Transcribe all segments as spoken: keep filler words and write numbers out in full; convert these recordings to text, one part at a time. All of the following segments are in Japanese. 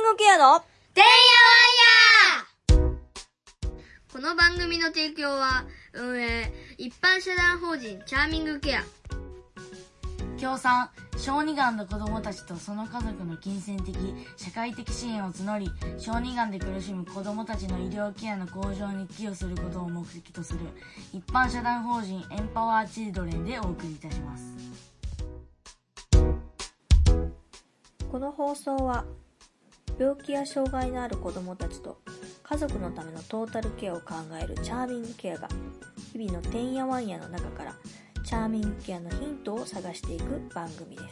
グケアのてんやわんや。この番組の提供は運営一般社団法人チャーミングケア、 協賛小児がんの子どもたちとその家族の金銭的社会的支援を募り、小児がんで苦しむ子どもたちの医療ケアの向上に寄与することを目的とする一般社団法人エンパワーチルドレンでお送りいたします。 この放送は病気や障害のある子どもたちと家族のためのトータルケアを考えるチャーミングケアが日々のてんやわんやの中からチャーミングケアのヒントを探していく番組です。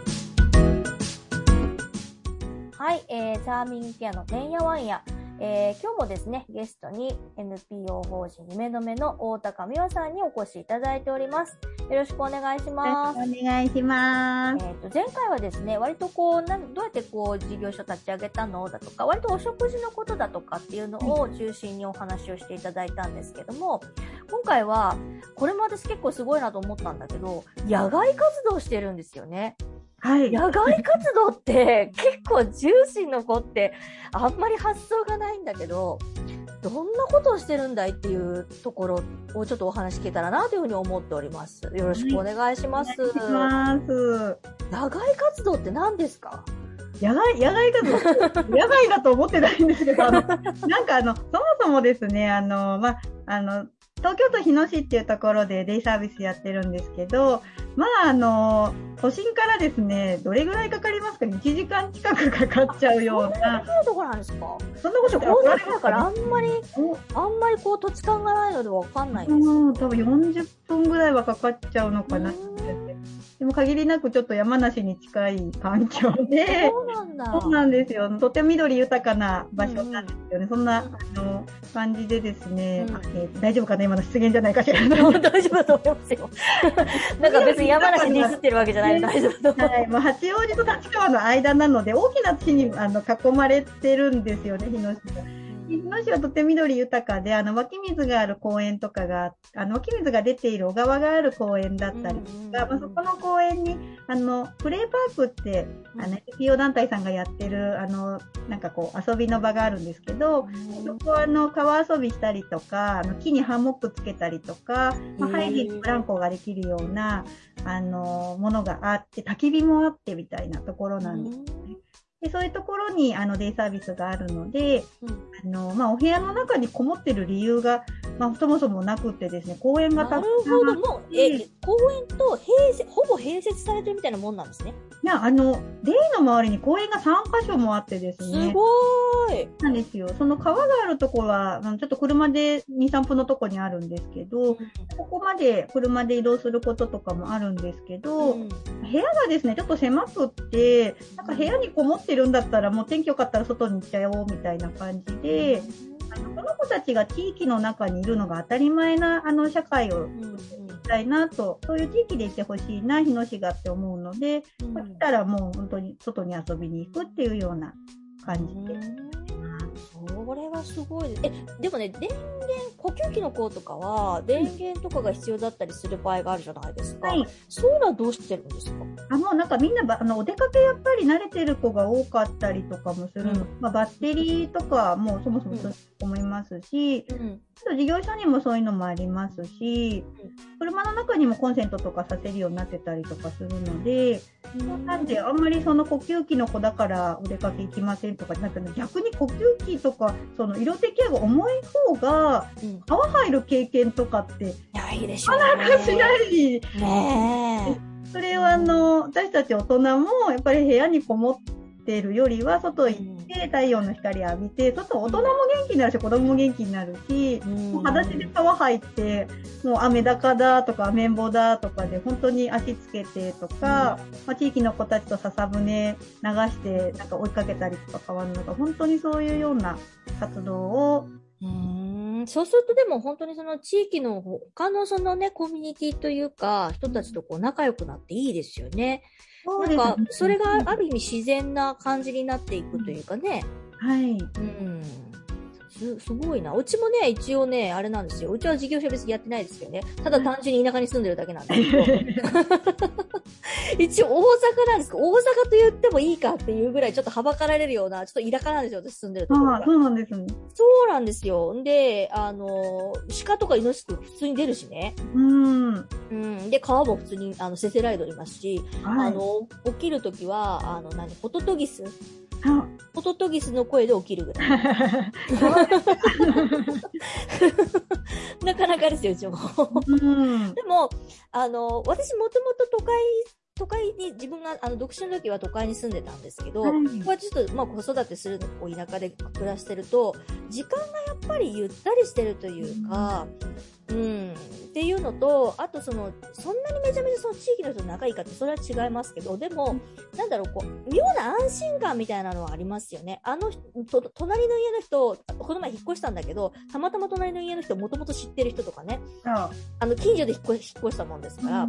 はい、えー、チャーミングケアのてんやわんや、えー、今日もですねゲストに エヌピーオー 法人夢の目の大高美和さんにお越しいただいております。よろしくお願いします。 よろしくお願いします。 えーと、前回はですね、割とこう、なんどうやってこう、事業所立ち上げたのだとか、割とお食事のことだとかっていうのを中心にお話をしていただいたんですけども、今回は、これも私結構すごいなと思ったんだけど、野外活動してるんですよね。 はい。 野外活動って結構重心の子ってあんまり発想がないんだけど、どんなことをしてるんだいっていうところをちょっとお話聞けたらなというふうに思っております。よろしくお願いします。 お願いします。 野外活動って何ですか？ 野外、野外活動野外だと思ってないんですけど、あの、なんかあの、そもそもですね、あの、ま、あの、東京都日野市っていうところでデイサービスやってるんですけど、まああの、都心からですね、どれぐらいかかりますか？いちじかん近くかかっちゃうような。 そんなところなんですか？ そんなこと大阪だからあんまり、あんまりこう土地勘がないのでわかんないんですよ。 うん、多分よんじゅっぷんぐらいはかかっちゃうのかなって。でも限りなくちょっと山梨に近い環境で、 そうなんだ。 そうなんですよ。とても緑豊かな場所なんですよね。うんうん、そんな、あの、感じでですね、うん、えー、大丈夫かな今の失言じゃないかしら。 大丈夫だと思いますよ。なんか別に山梨にディスってるわけじゃないので大丈夫だと思います。 はい、もう八王子と立川の間なので、大きな地にあの囲まれてるんですよね、日野市が。日野市はとても緑豊かで、あの、湧き水がある公園とかが、あの、湧き水が出ている小川がある公園だったりとか、まあ、そこの公園に、あの、プレイパークって、あの、エヌピーオー 団体さんがやってる、あの、なんかこう、遊びの場があるんですけど、そこは、あの、川遊びしたりとか、あの、木にハンモックつけたりとか、まあ、ハイジブランコができるような、あの、ものがあって、焚き火もあってみたいなところなんですね。でそういうところにあのデイサービスがあるので、うん、あのまあ、お部屋の中にこもってる理由が、まあ、そもそもなくてですね、公園がたくさんあって。 なるほど、もう、え、公園と併設、ほぼ併設されてるみたいなもんなんですね。 いや、あの、デイの周りに公園がさんかしょもあってですね。 すごーい。 なんですよ。その川があるところは、ちょっと車でに、さんぷんのとこにあるんですけど、うん、ここまで車で移動することとかもあるんですけど、うん、部屋がですね、ちょっと狭くって、なんか部屋にこもってるんだったら、もう天気良かったら外に行っちゃおうみたいな感じで、あのこの子たちが地域の中にいるのが当たり前なあの社会を作っていきたいなと、そういう地域でいてほしいな、日野市がって思うので、うん、来たらもう本当に外に遊びに行くっていうような感じです。 それはすごいです。え、でもね、電源、呼吸器の子とかは、電源とかが必要だったりする場合があるじゃないですか。はい、そういうのはどうしてるんですか？ あ、もうなんかみんな、あの、お出かけやっぱり慣れてる子が多かったりとかもするの。うん、まあ、バッテリーとかもそもそもそう思いますし、うん、事業所にもそういうのもありますし、うん、車の中にもコンセントとかさせるようになってたりとかするので、うん、なんであんまりその呼吸器の子だからお出かけ行きませんとか、なんか逆に呼吸器とか、その医療的ケアが重い方が、川入る経験とかって、 ないでしょうね。 なかなかしないねえ。それはあの、私たち大人もやっぱり部屋にこもってるよりは外行って太陽の光浴びて、外大人も元気になるし子供も元気になるし、もう裸足で川入って、もう雨だかだとか雨んぼだとかで本当に足つけてとか、まあ、地域の子たちと笹船流してなんか追いかけたりとか変わるのが本当にそういうような活動を、 うーん、そうするとでも本当にその地域の他のそのね、コミュニティというか、人たちとこう仲良くなっていいですよね。そうですね。なんか、それがある意味自然な感じになっていくというかね。 はい。 うん。 す、すごいな。うちもね、一応ね、あれなんですよ。うちは事業所別にやってないですけどね。ただ単純に田舎に住んでるだけなんですけど。一応大阪なんですけど、大阪と言ってもいいかっていうぐらいちょっとはばかられるような、ちょっと田舎なんですよ、私住んでるところが。 ああ、そうなんですね。 そうなんですよ。で、あの、鹿とかイノシシとか普通に出るしね。 うん。 うん。で、川も普通に、あの、せせらいどいますし、 はい、 あの、起きるときは、あの、何、ホトトギスあホトトギスの声で起きるぐらい。なかなかですよ、うちも。 うん、 でも、あの、私もともと都会、都会に、自分が、あの、独身の時は都会に住んでたんですけど、 はい、 ここはちょっと、まあ、子育てするの、こう、田舎で暮らしてると、時間がやっぱりゆったりしてるというか、うん、っていうのと、あとその、そんなにめちゃめちゃその地域の人と仲いいかって、それは違いますけど、でも、なんだろう、こう、妙な安心感みたいなのはありますよね。あの、と、隣の家の人、この前引っ越したんだけど、たまたま隣の家の人もともと知ってる人とかね、 ああの、近所で引っ越引っ越したもんですから、 うん、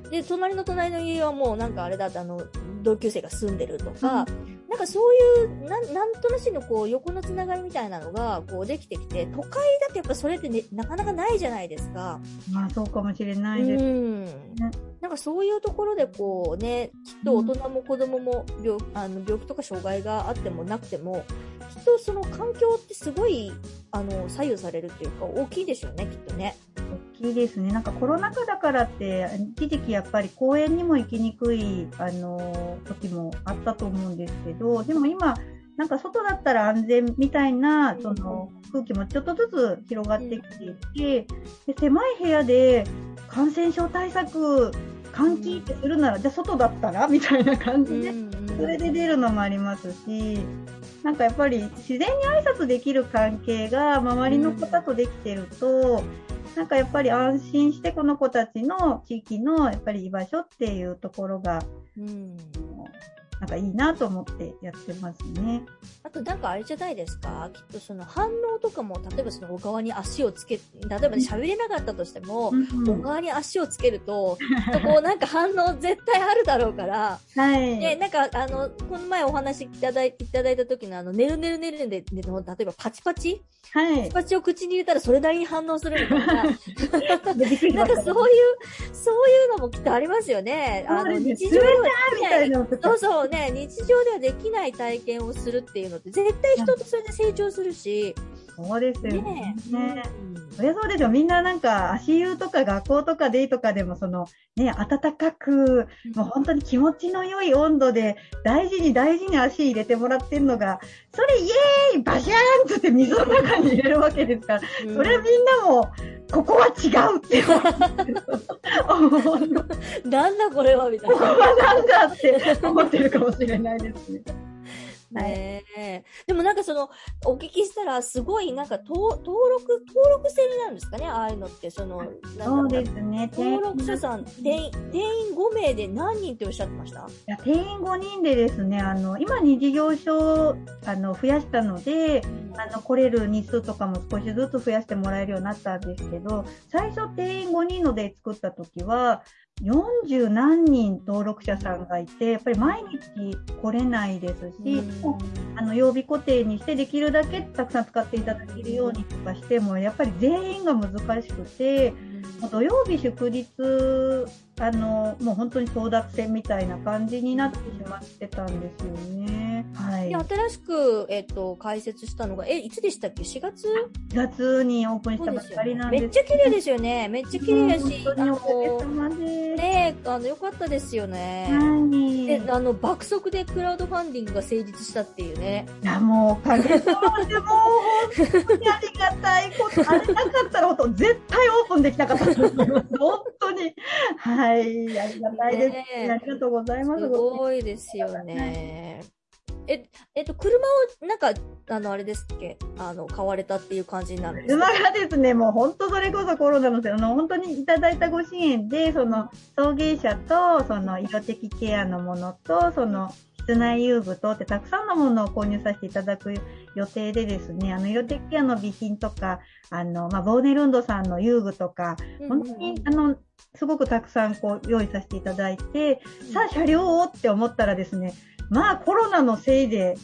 で、隣の隣の家はもうなんかあれだって、あの、同級生が住んでるとか、うん、なんかそういう、なん、なんとなしのこう、横のつながりみたいなのが、こう、できてきて、都会だとやっぱそれってね、なかなかないじゃないですか。 まあ、そうかもしれないです。 うん。なんかそういうところでこうね、きっと大人も子供も病、あの病気とか障害があってもなくても、きっとその環境ってすごい、あの、左右されるっていうか、大きいでしょうね、きっとね。 大きいですね。なんかコロナ禍だからって、一時期やっぱり公園にも行きにくい、あの、時もあったと思うんですけど、でも今、なんか外だったら安全みたいな、その空気もちょっとずつ広がってきていて、で狭い部屋で感染症対策、換気ってするなら、じゃあ外だったらみたいな感じで、それで出るのもありますし、なんかやっぱり自然に挨拶できる関係が周りの方とできてると、なんかやっぱり安心してこの子たちの地域のやっぱり居場所っていうところが、うんなんかいいなと思ってやってますね。 あとなんかあれじゃないですか、きっとその反応とかも、例えばその小川に足をつけ、例えば喋れなかったとしても、うんうん、小川に足をつけると、こうなんか反応絶対あるだろうから、 はい。 で、なんかあの、この前お話いただいいただいた時のあの、ねるねるねるでの、例えばパチパチはい。 パチパチを口に入れたらそれなりに反応するみたいな。なんかそういう、そういうのもきっとありますよね。あの、日常ではできない。そうそうね、日常ではできない体験をするっていうのって絶対人とそれで成長するし。 そうですよね。ねそりゃそうですよ。みんななんか足湯とか学校とかデーとかでもそのね、暖かく、もう本当に気持ちの良い温度で大事に大事に足入れてもらってるのが、それイエーイバシャーンって水の中に入れるわけですから、うん、それみんなも、ここは違うって思う。 なんだこれはみたいな。 ここはなんだって思ってるかもしれないですね。 ねえ。でもなんかその、お聞きしたら、すごいなんか、登録、登録制になるんですかね、ああいうのって、その、 そうですね。 登録者さん、定員、定員ごめいで何人っておっしゃってました？いや、定員ごにんでですね、あの、今に事業所、あの、増やしたので、うん、あの、来れる日数とかも少しずつ増やしてもらえるようになったんですけど、最初定員ごにんので作った時は、よんじゅうなんにん登録者さんがいて、やっぱり毎日来れないですし、うん、あの曜日固定にしてできるだけたくさん使っていただけるようにとかしても、やっぱり全員が難しくて、うん、土曜日祝日、あの、もう本当に争奪戦みたいな感じになってしまってたんですよね。はい。 で、新しく、えっと、開設したのが、え、いつでしたっけ ?しがつ?しがつにオープンしたばっかりなんです。 めっちゃ綺麗ですよね。めっちゃ綺麗だし、 本当におかげさまで。 ねえ、あの、よかったですよね。 はい。 で、あの、爆速でクラウドファンディングが成立したっていうね。 いや、もう、おかげさまで、もう、本当にありがたいこと。あれなかったら、本当、絶対オープンできなかったと思います。本当に。はい。ありがたいです。ね、ありがとうございます。 すごいですよね。え、えっと、車を、なんか、あの、あれですっけあの、買われたっていう感じになるんですか？ 車がですね、もう本当それこそコロナのせい、あの、本当にいただいたご支援で、その、送迎車と、その、色的ケアのものと、その、室内遊具とってたくさんのものを購入させていただく予定でですね、あの、色的ケアの備品とか、あの、まあ、ボーネルンドさんの遊具とか、本当に、あの、すごくたくさんこう、用意させていただいて、さあ、車両をって思ったらですね、まあコロナのせいで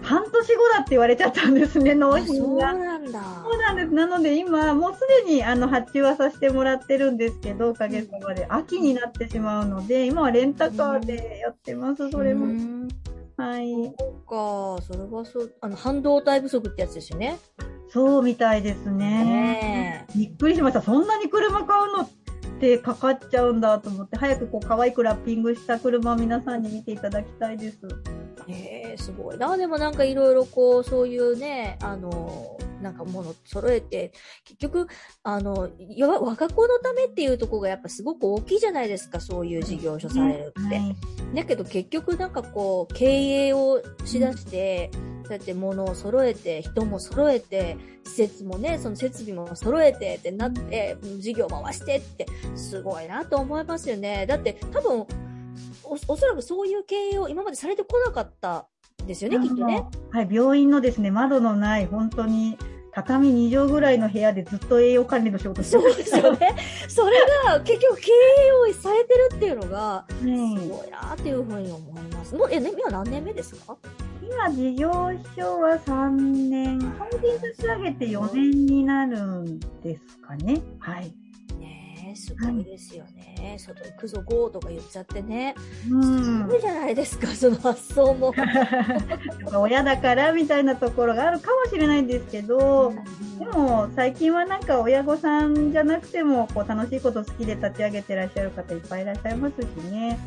半年後だって言われちゃったんですね、納品が。 そうなんだ。 そうなんです。なので今、もうすでにあの発注はさせてもらってるんですけど、おかげさまで秋になってしまうので、今はレンタカーでやってます、それも。はい。 そうか、それはそう、あの、半導体不足ってやつですよね。 そうみたいですね。ねびっくりしました。そんなに車買うのってかかっちゃうんだと思って、早くこう可愛くラッピングした車を皆さんに見ていただきたいです。 えー、すごいな。でもなんかいろいろこう、そういうね、あの、なんかもの揃えて、結局、あの、我が子のためっていうところがやっぱすごく大きいじゃないですか、そういう事業所されるって。はい、だけど結局なんかこう、経営をしだして、うんそうやって物を揃えて、人も揃えて、施設もね、その設備も揃えてってなって、事業回してって、すごいなと思いますよね。だって多分、お, おそらくそういう経営を今までされてこなかったですよね、きっとね。 はい、病院のですね、窓のない、本当に、畳に畳ぐらいの部屋でずっと栄養管理の仕事してる。そうですよね。それが結局経営をされてるっていうのが、すごいなっていうふうに思います。もう、え、ね、今何年目ですか？ 今、事業所はさんねん、法人立ち上げてよねんになるんですかね。はい。 ねえ、すごいですよね。はい、外行くぞ、ゴーとか言っちゃってね。うん。すごいじゃないですか、その発想も。 親だからみたいなところがあるかもしれないんですけど、うん、でも最近はなんか親御さんじゃなくてもこう楽しいこと好きで立ち上げてらっしゃる方いっぱいいらっしゃいますしね。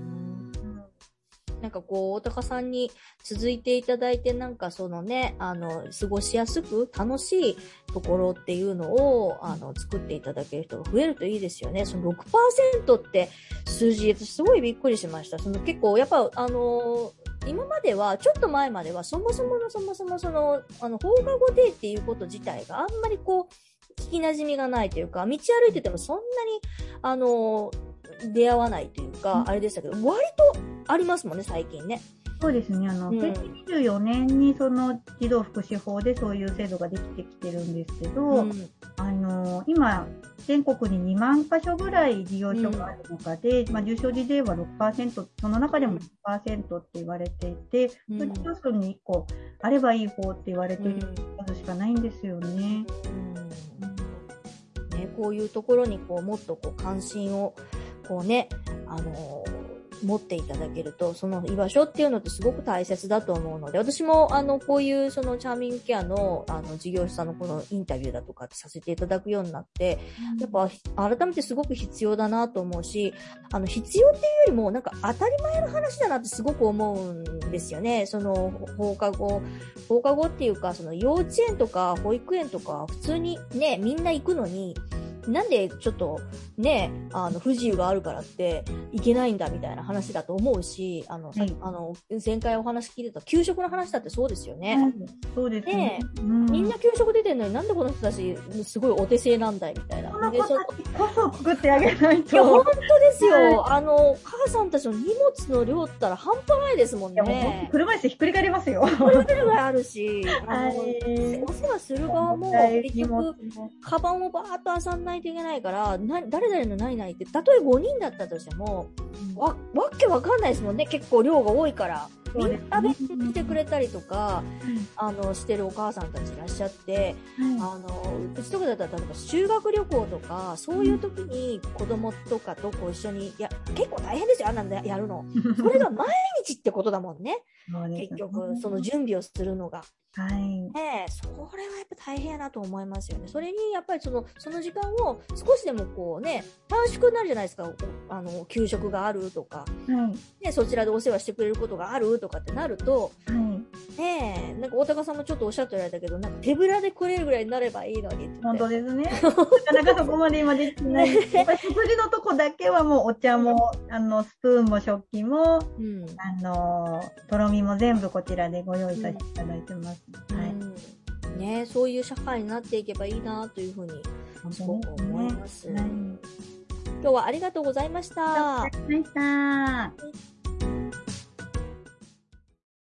なんかこう、大高さんに続いていただいて、なんかそのね、あの、過ごしやすく楽しいところっていうのを、あの、作っていただける人が増えるといいですよね。その ろくパーセント って数字、すごいびっくりしました。その結構、やっぱ、あの、今までは、ちょっと前までは、そもそもの、そもそもその、あの、放課後デーっていうこと自体があんまりこう、聞き馴染みがないというか、道歩いててもそんなに、あの、出会わないというか、うん、あれでしたけど、割とありますもんね、最近ね。 そうですね。あの、うん、平成にじゅうよねんにその児童福祉法でそういう制度ができてきてるんですけど、うん、あの、今、全国ににまんかしょぐらい事業所がある中で、うん、まあ、重症児税は ろくパーセント、その中でも ろくパーセント って言われていて、うん、それ事業所にいっこあればいい方って言われている数しかないんですよね。うんね、こういうところにこうもっとこう関心をこうね、あのー、持っていただけると、その居場所っていうのってすごく大切だと思うので、私もあの、こういうそのチャーミングケアのあの、事業者さんのこのインタビューだとかってさせていただくようになって、やっぱ改めてすごく必要だなと思うし、あの、必要っていうよりもなんか当たり前の話だなってすごく思うんですよね。その、放課後、放課後っていうか、その幼稚園とか保育園とか普通にね、みんな行くのに、なんでちょっとね、あの、不自由があるからっていけないんだみたいな話だと思うし、あの、はい、あの、前回お話聞いてた給食の話だってそうですよね。はい、 そうですね。 うん、みんな給食出てるのになんでこの人たちすごいお手製なんだいみたいな。 この子たちこそ作ってあげないと。 いや、本当ですよ。はい、あの、母さんたちの荷物の量ったら半端ないですもんね。 いや、もう車椅子ひっくり返りますよ。 ひっくり返るぐらいあるし、あの、はい、お世話する側も結局、カバンをバーッとあさんないといけないから、な誰々の何々って、たとえごにんだったとしても、うん、わ、わけわかんないですもんね。結構量が多いから。みんな別にしてくれたりとか、うん、あの、してるお母さんたちいらっしゃって、うん、あの、うちとかだったら、例えば修学旅行とか、そういう時に子供とかとこう一緒に、いや、結構大変ですよ、あんなんでやるの。それが毎日ってことだもんね。結局、その準備をするのが。 はい。 ねえ、それはやっぱ大変やなと思いますよね。それに、やっぱりその、その時間を少しでもこうね、短縮になるじゃないですか。あの、給食があるとか、はい、ね、そちらでお世話してくれることがあるとかってなると、はい、ねえ、なんか大高さんもちょっとおっしゃっておられたけど、なんか手ぶらでくれるぐらいになればいいのにって。 本当ですね。なかなかそこまで今できてない。やっぱり食事のとこだけはもうお茶も、あの、スプーンも食器も、うん、あの、とろみも全部こちらでご用意させていただいてます。うん、はい。 うん、ね、そういう社会になっていけばいいなというふうにすごく思います。ね、はい、今日はありがとうございました。 ありがとうございました。